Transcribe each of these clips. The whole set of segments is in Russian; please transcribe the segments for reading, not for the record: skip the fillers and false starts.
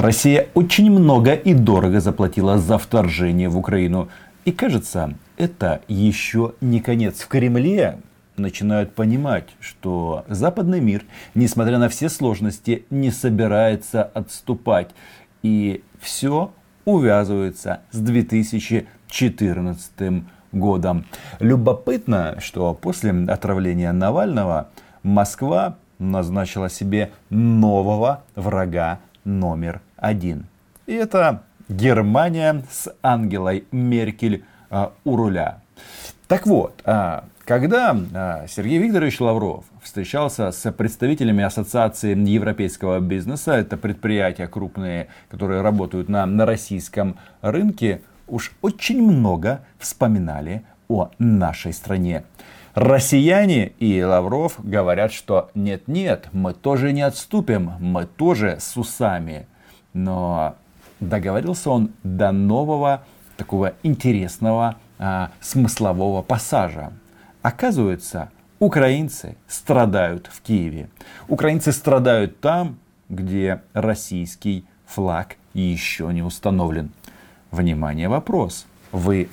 Россия очень много и дорого заплатила за вторжение в Украину. И кажется, это еще не конец. В Кремле начинают понимать, что западный мир, несмотря на все сложности, не собирается отступать. И все увязывается с 2014 годом. Любопытно, что после отравления Навального Москва назначила себе нового врага номер один. И это Германия с Ангелой Меркель у руля. Так вот, когда Сергей Викторович Лавров встречался с представителями Ассоциации европейского бизнеса, это предприятия крупные, которые работают на российском рынке, уж очень много вспоминали о нашей стране. Россияне и Лавров говорят, что нет-нет, мы тоже не отступим, мы тоже с усами. Но договорился он до нового такого интересного смыслового пассажа. Оказывается, украинцы страдают в Киеве. Украинцы страдают там, где российский флаг еще не установлен. Внимание, вопрос. Вы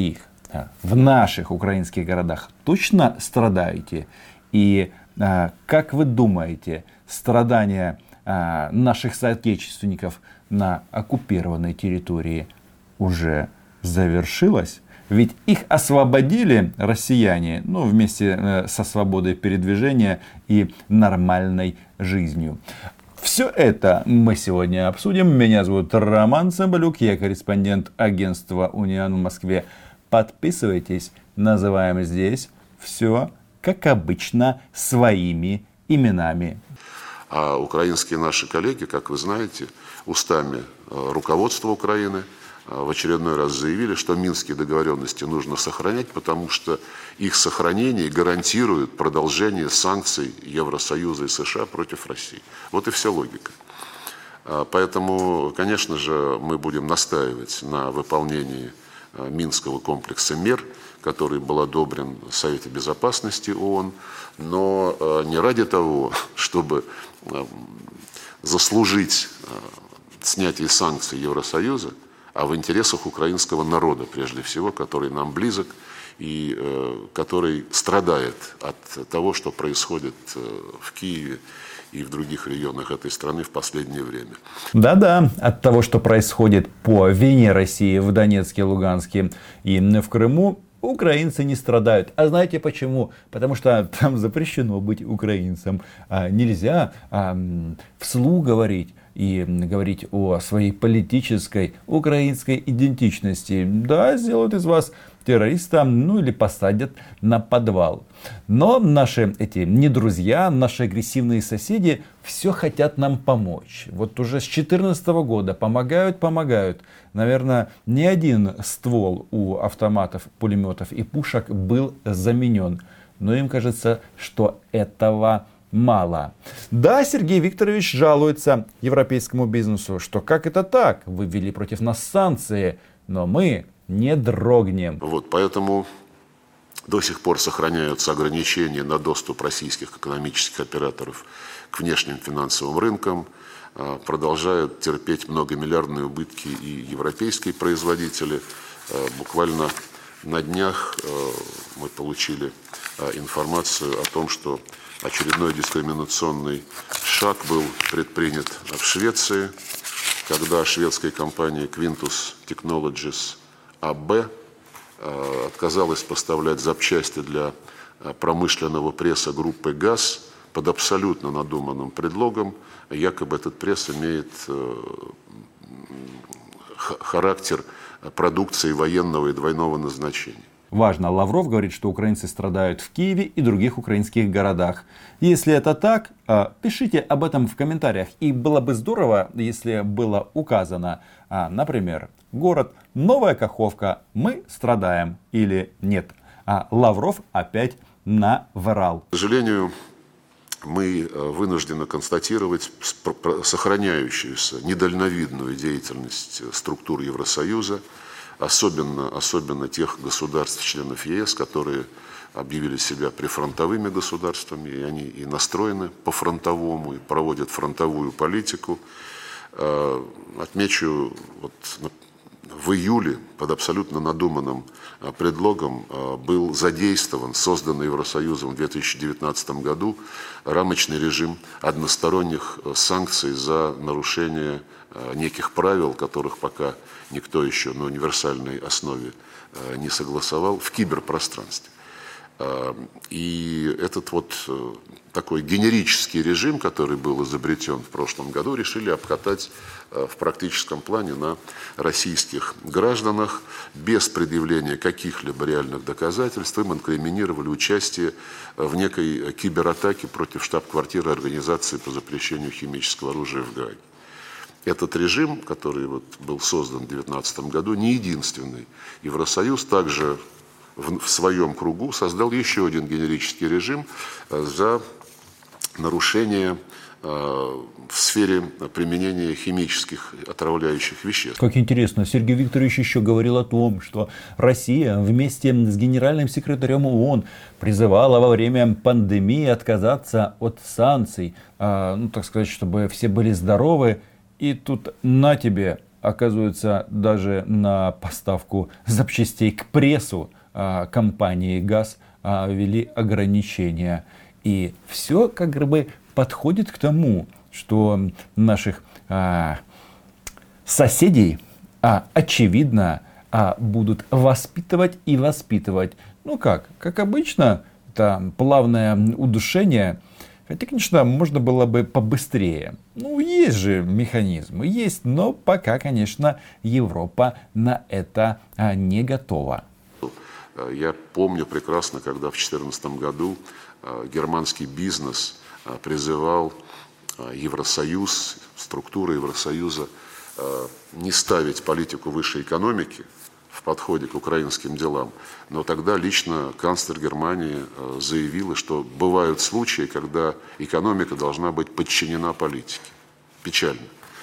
в наших украинских городах точно страдаете? И как вы думаете, страдания наших соотечественников на оккупированной территории уже завершилось? Ведь их освободили россияне, вместе со свободой передвижения и нормальной жизнью. Все это мы сегодня обсудим. Меня зовут Роман Цымбалюк, я корреспондент агентства «Униан» в Москве. Подписывайтесь, называем здесь все, как обычно, своими именами. А украинские наши коллеги, как вы знаете, устами руководства Украины в очередной раз заявили, что минские договоренности нужно сохранять, потому что их сохранение гарантирует продолжение санкций Евросоюза и США против России. Вот и вся логика. Поэтому, конечно же, мы будем настаивать на выполнении Минского комплекса мер, который был одобрен в Совете Безопасности ООН, но не ради того, чтобы заслужить снятие санкций Евросоюза, а в интересах украинского народа, прежде всего, который нам близок и который страдает от того, что происходит в Киеве и в других регионах этой страны в последнее время. Да-да, от того, что происходит по вине России в Донецке, Луганске и в Крыму, украинцы не страдают. А знаете почему? Потому что там запрещено быть украинцем. Нельзя вслух говорить и говорить о своей политической украинской идентичности. Да, сделают из вас террориста, или посадят на подвал. Но наши эти не друзья, наши агрессивные соседи все хотят нам помочь. Вот уже с 2014 года помогают. Наверное, ни один ствол у автоматов, пулеметов и пушек был заменен. Но им кажется, что этого мало. Да, Сергей Викторович жалуется европейскому бизнесу, что как это так? Вы ввели против нас санкции, но мы не дрогнем. Поэтому до сих пор сохраняются ограничения на доступ российских экономических операторов к внешним финансовым рынкам. Продолжают терпеть многомиллиардные убытки и европейские производители. Буквально на днях мы получили информацию о том, что очередной дискриминационный шаг был предпринят в Швеции, когда шведская компания Quintus Technologies AB отказалась поставлять запчасти для промышленного пресса группы ГАЗ под абсолютно надуманным предлогом. Якобы этот пресс имеет характер продукции военного и двойного назначения. Важно, Лавров говорит, что украинцы страдают в Киеве и других украинских городах. Если это так, пишите об этом в комментариях. И было бы здорово, если было указано, например, город Новая Каховка, мы страдаем или нет. А Лавров опять наврал. К сожалению, мы вынуждены констатировать сохраняющуюся недальновидную деятельность структур Евросоюза, особенно тех государств-членов ЕС, которые объявили себя прифронтовыми государствами, и они и настроены по-фронтовому, и проводят фронтовую политику. Отмечу, вот в июле под абсолютно надуманным предлогом был задействован, созданный Евросоюзом в 2019 году, рамочный режим односторонних санкций за нарушение неких правил, которых пока никто еще на универсальной основе не согласовал, в киберпространстве. И этот вот такой генерический режим, который был изобретен в прошлом году, решили обкатать в практическом плане на российских гражданах без предъявления каких-либо реальных доказательств. Им инкриминировали участие в некой кибератаке против штаб-квартиры Организации по запрещению химического оружия в Гааге. Этот режим, который вот был создан в 2019 году, не единственный. Евросоюз также в своем кругу создал еще один генерический режим за нарушение в сфере применения химических отравляющих веществ. Как интересно, Сергей Викторович еще говорил о том, что Россия вместе с генеральным секретарем ООН призывала во время пандемии отказаться от санкций, так сказать, чтобы все были здоровы. И тут на тебе, оказывается, даже на поставку запчастей к прессу компании ГАЗ ввели ограничения. И все как бы подходит к тому, что наших соседей, очевидно, будут воспитывать и воспитывать. Ну как обычно, это плавное удушение. Хотя, конечно, можно было бы побыстрее. Ну, есть же механизмы, есть, но пока, конечно, Европа на это не готова. Я помню прекрасно, когда в 2014 году германский бизнес призывал Евросоюз, структуры Евросоюза не ставить политику высшей экономики в подходе к украинским делам. Но тогда лично канцлер Германии заявила, что бывают случаи, когда экономика должна быть подчинена политике. Печально.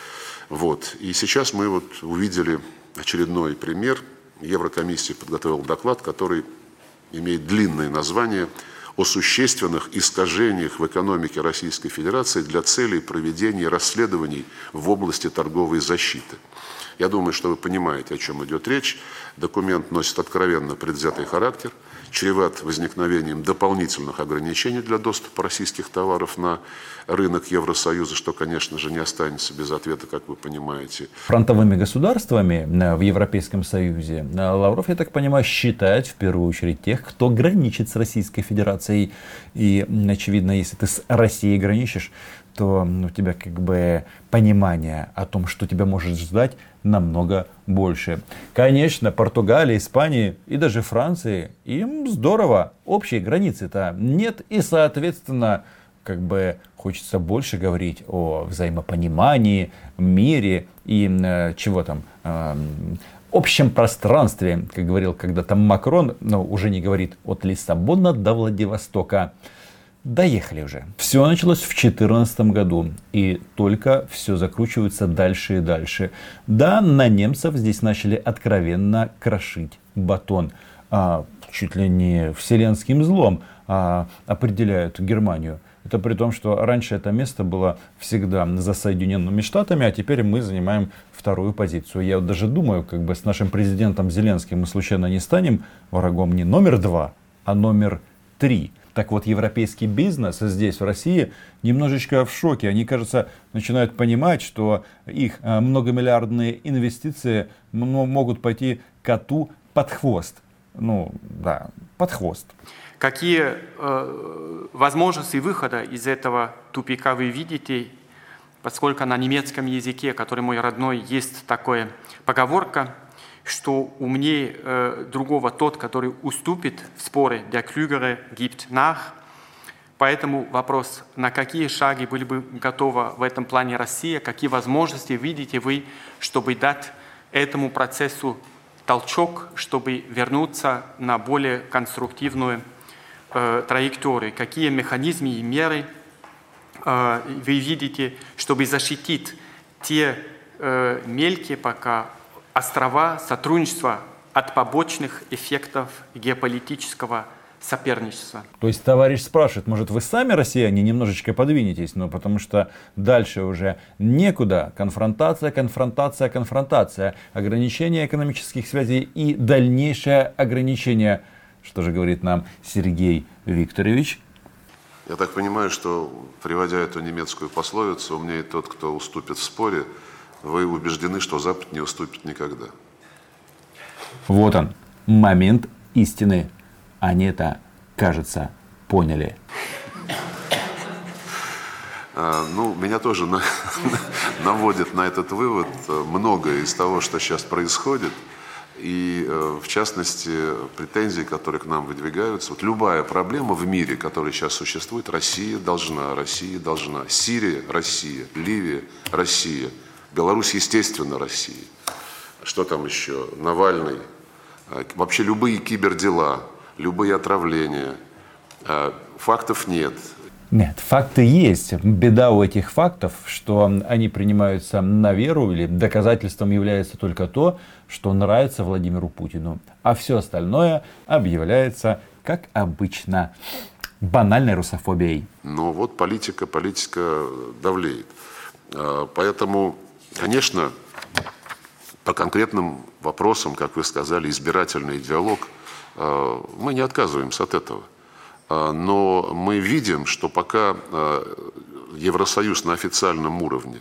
Вот. И сейчас мы вот увидели очередной пример. Еврокомиссия подготовила доклад, который имеет длинное название «О существенных искажениях в экономике Российской Федерации для целей проведения расследований в области торговой защиты». Я думаю, что вы понимаете, о чем идет речь. Документ носит откровенно предвзятый характер, чреват возникновением дополнительных ограничений для доступа российских товаров на рынок Евросоюза, что, конечно же, не останется без ответа, как вы понимаете. Фронтовыми государствами в Европейском Союзе Лавров, я так понимаю, считает в первую очередь тех, кто граничит с Российской Федерацией. И, очевидно, если ты с Россией граничишь, то у тебя как бы понимание о том, что тебя может ждать, намного больше. Конечно, Португалии, Испании и даже Франции, им здорово. Общей границы-то нет. И, соответственно, как бы хочется больше говорить о взаимопонимании, мире и чего там, общем пространстве, как говорил когда-то Макрон, но уже не говорит от Лиссабона до Владивостока. Доехали уже. Все началось в 2014 году. И только все закручивается дальше и дальше. Да, на немцев здесь начали откровенно крошить батон. Чуть ли не вселенским злом определяют Германию. Это при том, что раньше это место было всегда за Соединенными Штатами, а теперь мы занимаем вторую позицию. Я вот даже думаю, как бы с нашим президентом Зеленским мы случайно не станем врагом не номер 2, а номер 3. Так вот, европейский бизнес здесь, в России, немножечко в шоке. Они, кажется, начинают понимать, что их многомиллиардные инвестиции могут пойти коту под хвост. Ну, да, под хвост. Какие возможности выхода из этого тупика вы видите, поскольку на немецком языке, который мой родной, есть такая поговорка, что умнее другого тот, который уступит в споре, der Klügere gibt nach. Поэтому вопрос, на какие шаги были бы готовы в этом плане Россия, какие возможности видите вы, чтобы дать этому процессу толчок, чтобы вернуться на более конструктивную траекторию, какие механизмы и меры вы видите, чтобы защитить те мелкие пока острова сотрудничества от побочных эффектов геополитического соперничества. То есть товарищ спрашивает, может вы сами, россияне, немножечко подвинетесь, но потому что дальше уже некуда. Конфронтация, конфронтация, конфронтация. Ограничение экономических связей и дальнейшее ограничение. Что же говорит нам Сергей Викторович? Я так понимаю, что, приводя эту немецкую пословицу, умнеет тот, кто уступит в споре, вы убеждены, что Запад не уступит никогда. Вот он, момент истины. Они это, кажется, поняли. Меня тоже наводит на этот вывод многое из того, что сейчас происходит. И, в частности, претензии, которые к нам выдвигаются. Вот любая проблема в мире, которая сейчас существует, Россия должна. Сирия – Россия, Ливия – Россия, Беларусь, естественно, Россия. Что там еще? Навальный. Вообще любые кибердела, любые отравления. Фактов нет. Нет, факты есть. Беда у этих фактов, что они принимаются на веру, или доказательством является только то, что нравится Владимиру Путину. А все остальное объявляется, как обычно, банальной русофобией. Но вот политика давлеет. Поэтому, конечно, по конкретным вопросам, как вы сказали, избирательный диалог, мы не отказываемся от этого. Но мы видим, что пока Евросоюз на официальном уровне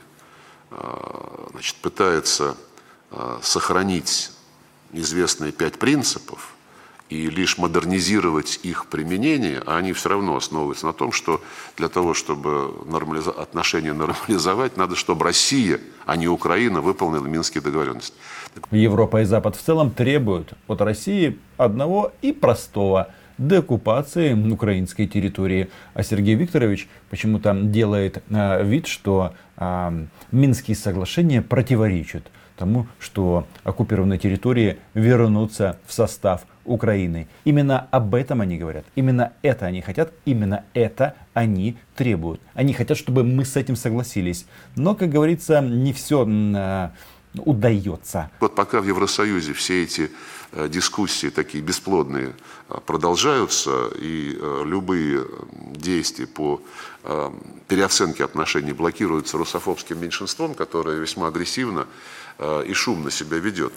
пытается сохранить известные 5 принципов и лишь модернизировать их применение, а они все равно основываются на том, что для того, чтобы отношения нормализовать, надо, чтобы Россия, а не Украина, выполнила Минские договоренности. Европа и Запад в целом требуют от России одного и простого – деоккупации украинской территории. А Сергей Викторович почему-то делает вид, что Минские соглашения противоречат тому, что оккупированные территории вернутся в состав Украины. Именно об этом они говорят. Именно это они хотят. Именно это они требуют. Они хотят, чтобы мы с этим согласились. Но, как говорится, не все удается. Вот пока в Евросоюзе все эти дискуссии такие бесплодные продолжаются, и любые действия по переоценке отношений блокируются русофобским меньшинством, которое весьма агрессивно и шумно себя ведет.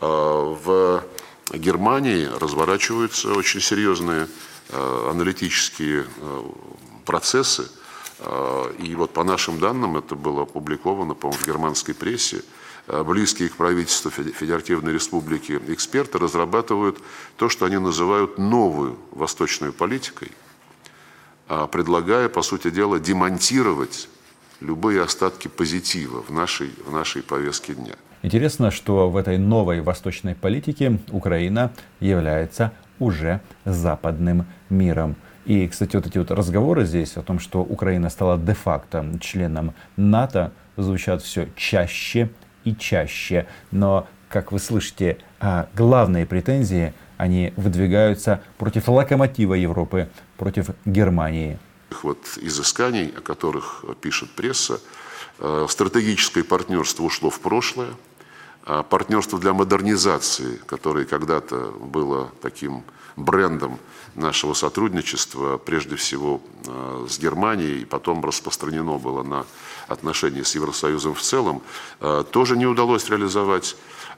В Германии разворачиваются очень серьезные аналитические процессы. И вот по нашим данным, это было опубликовано, по-моему, в германской прессе, близкие к правительству Федеративной Республики эксперты разрабатывают то, что они называют новую восточную политикой, предлагая, по сути дела, демонтировать любые остатки позитива в нашей повестке дня. Интересно, что в этой новой восточной политике Украина является уже западным миром. И, кстати, вот эти вот разговоры здесь о том, что Украина стала де-факто членом НАТО, звучат все чаще и чаще. Но, как вы слышите, главные претензии, они выдвигаются против локомотива Европы, против Германии. Вот изысканий, о которых пишет пресса, стратегическое партнерство ушло в прошлое. Партнерство для модернизации, которое когда-то было таким брендом нашего сотрудничества, прежде всего с Германией, и потом распространено было на отношения с Евросоюзом в целом, тоже не удалось реализовать.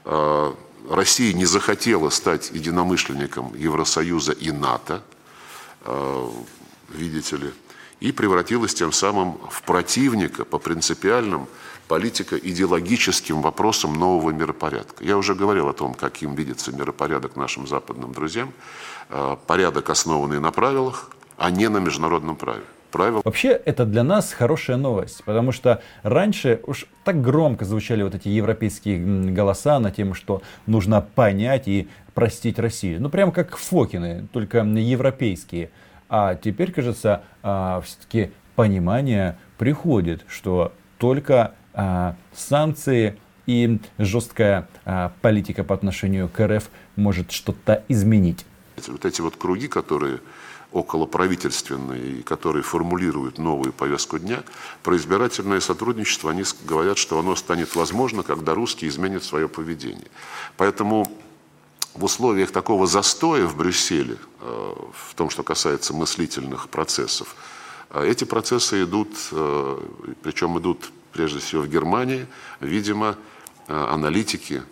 Россия не захотела стать единомышленником Евросоюза и НАТО, видите ли, и превратилась тем самым в противника по принципиальным политико-идеологическим вопросам нового миропорядка. Я уже говорил о том, каким видится миропорядок нашим западным друзьям. Порядок, основанный на правилах, а не на международном праве. Вообще, это для нас хорошая новость, потому что раньше уж так громко звучали вот эти европейские голоса на тему, что нужно понять и простить Россию. Ну, прям как Фокины, только европейские. А теперь, кажется, все-таки понимание приходит, что только санкции и жесткая политика по отношению к РФ может что-то изменить. Вот эти вот круги, которые околоправительственные, которые формулируют новую повестку дня, про избирательное сотрудничество, они говорят, что оно станет возможно, когда русские изменят свое поведение. Поэтому в условиях такого застоя в Брюсселе, в том, что касается мыслительных процессов, эти процессы идут, причем идут прежде всего в Германии, видимо, аналитики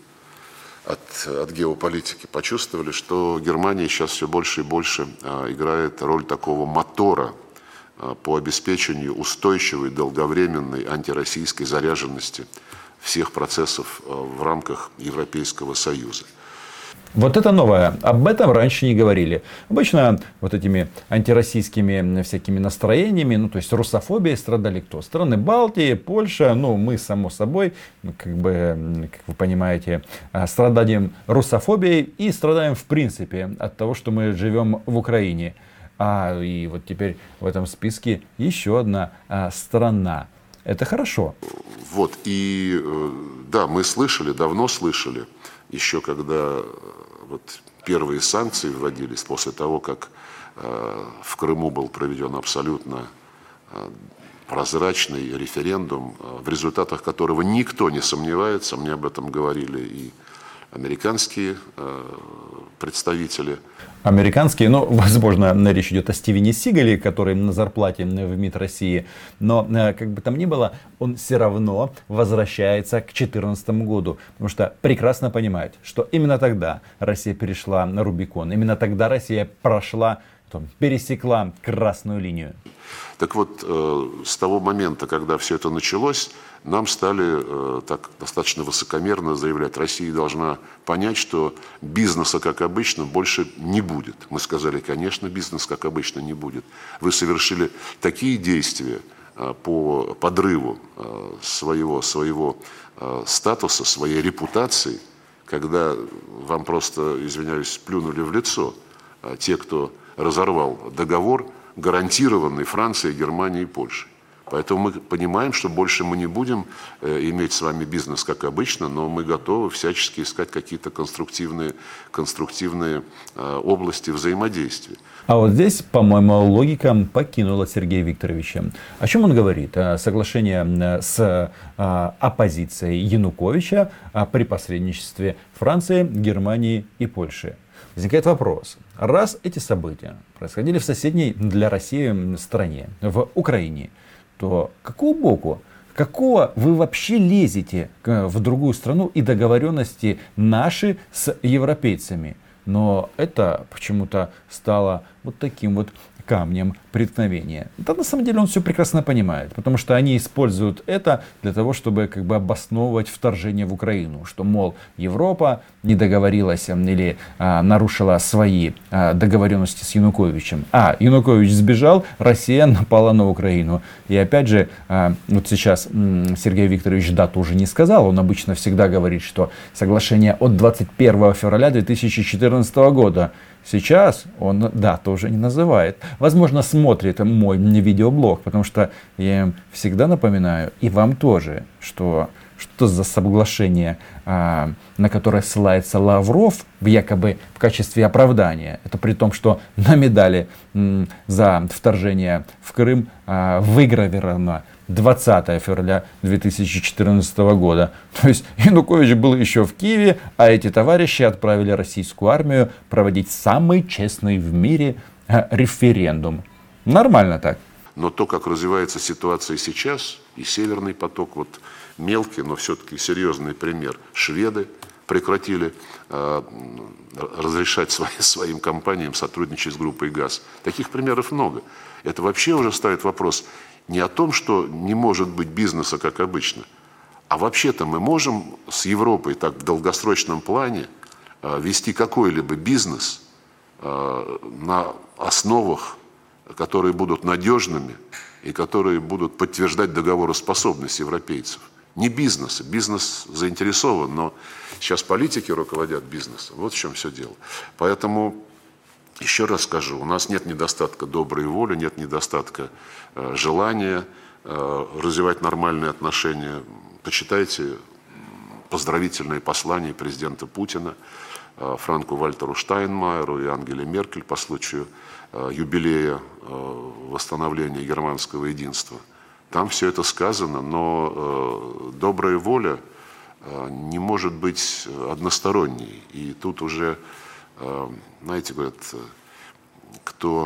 от геополитики почувствовали, что Германия сейчас все больше и больше играет роль такого мотора по обеспечению устойчивой, долговременной антироссийской заряженности всех процессов в рамках Европейского Союза. Вот это новое. Об этом раньше не говорили. Обычно вот этими антироссийскими всякими настроениями, ну то есть русофобией страдали кто? Страны Балтии, Польша, ну мы само собой, как бы, как вы понимаете, страдаем русофобией и страдаем в принципе от того, что мы живем в Украине. И вот теперь в этом списке еще одна страна. Это хорошо. Вот, и да, мы слышали, давно слышали, еще когда вот первые санкции вводились, после того, как в Крыму был проведен абсолютно прозрачный референдум, в результатах которого никто не сомневается, мне об этом говорили и американские представители. Американские, ну, возможно, речь идет о Стивене Сигале, который на зарплате в МИД России, но как бы там ни было, он все равно возвращается к 2014 году, потому что прекрасно понимает, что именно тогда Россия перешла на Рубикон, именно тогда Россия пересекла красную линию. Так вот, с того момента, когда все это началось, нам стали так достаточно высокомерно заявлять, Россия должна понять, что бизнеса, как обычно, больше не будет. Мы сказали, конечно, бизнес, как обычно, не будет. Вы совершили такие действия по подрыву своего статуса, своей репутации, когда вам просто, извиняюсь, плюнули в лицо те, кто разорвал договор, гарантированный Францией, Германией и Польшей. Поэтому мы понимаем, что больше мы не будем иметь с вами бизнес, как обычно, но мы готовы всячески искать какие-то конструктивные области взаимодействия. А вот здесь, по-моему, логика покинула Сергея Викторовича. О чем он говорит? Соглашение с оппозицией Януковича при посредничестве Франции, Германии и Польши. Возникает вопрос. Раз эти события происходили в соседней для России стране, в Украине, то какого вы вообще лезете в другую страну и договоренности наши с европейцами? Но это почему-то стало вот таким вот камнем преткновения. Да, на самом деле он все прекрасно понимает, потому что они используют это для того, чтобы как бы обосновывать вторжение в Украину, что, мол, Европа не договорилась или нарушила свои договоренности с Януковичем. Янукович сбежал, Россия напала на Украину. И опять же, вот сейчас Сергей Викторович дату уже не сказал, он обычно всегда говорит, что соглашение от 21 февраля 2014 года. Сейчас он дату уже не называет. Возможно, смотрит мой видеоблог, потому что я им всегда напоминаю, и вам тоже, что за соглашение, на которое ссылается Лавров, якобы в качестве оправдания. Это при том, что на медали за вторжение в Крым выгравировано 20 февраля 2014 года. То есть Янукович был еще в Киеве, а эти товарищи отправили российскую армию проводить самый честный в мире референдум. Нормально так. Но то, как развивается ситуация сейчас, и Северный поток, вот мелкий, но все-таки серьезный пример. Шведы прекратили разрешать своим компаниям сотрудничать с группой ГАЗ. Таких примеров много. Это вообще уже ставит вопрос не о том, что не может быть бизнеса, как обычно, а вообще-то мы можем с Европой так в долгосрочном плане вести какой-либо бизнес на основах, которые будут надежными и которые будут подтверждать договороспособность европейцев. Не бизнеса. Бизнес заинтересован, но сейчас политики руководят бизнесом. Вот в чем все дело. Поэтому, еще раз скажу, у нас нет недостатка доброй воли, нет недостатка желания развивать нормальные отношения. Почитайте поздравительные послания президента Путина Франку-Вальтеру Штайнмайеру и Ангеле Меркель по случаю юбилея восстановления германского единства. Там все это сказано, но добрая воля не может быть односторонней. И тут уже, знаете, говорят, кто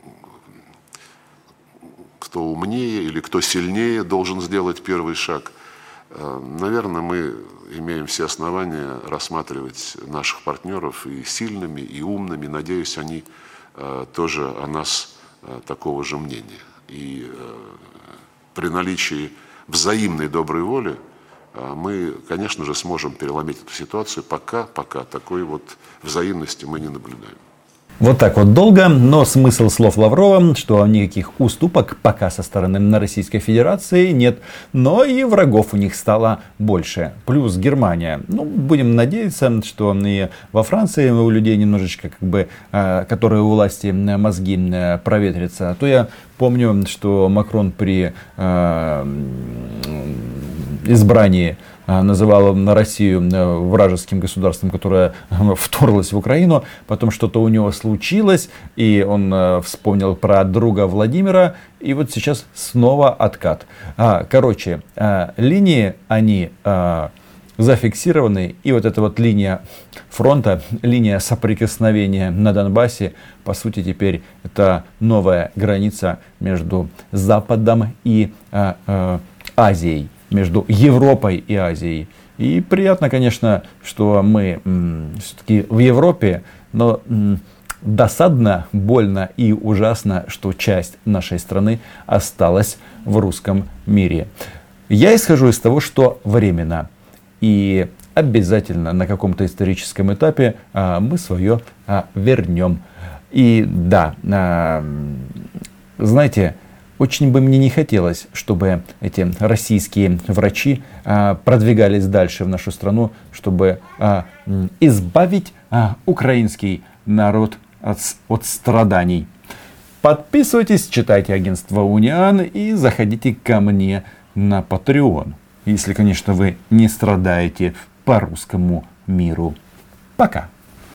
умнее или кто сильнее должен сделать первый шаг. Наверное, мы имеем все основания рассматривать наших партнеров и сильными, и умными. Надеюсь, они тоже о нас такого же мнения. И при наличии взаимной доброй воли мы, конечно же, сможем переломить эту ситуацию. Пока такой вот взаимности мы не наблюдаем. Вот так вот долго, но смысл слов Лаврова, что никаких уступок пока со стороны Российской Федерации нет, но и врагов у них стало больше. Плюс Германия. Ну, будем надеяться, что и во Франции у людей немножечко, которые у власти мозги проветрятся. А то я помню, что Макрон при избрании называл Россию вражеским государством, которое вторглось в Украину. Потом что-то у него случилось, и он вспомнил про друга Владимира. И вот сейчас снова откат. Короче, линии, они зафиксированы. И вот эта вот линия фронта, линия соприкосновения на Донбассе, по сути, теперь это новая граница между Западом и Азией. Между Европой и Азией. И приятно, конечно, что мы все-таки в Европе, но досадно, больно и ужасно, что часть нашей страны осталась в русском мире. Я исхожу из того, что временно. И обязательно на каком-то историческом этапе мы свое вернем. И да, знаете, очень бы мне не хотелось, чтобы эти российские врачи продвигались дальше в нашу страну, чтобы избавить украинский народ от страданий. Подписывайтесь, читайте агентство Униан и заходите ко мне на Patreon. Если, конечно, вы не страдаете по русскому миру. Пока.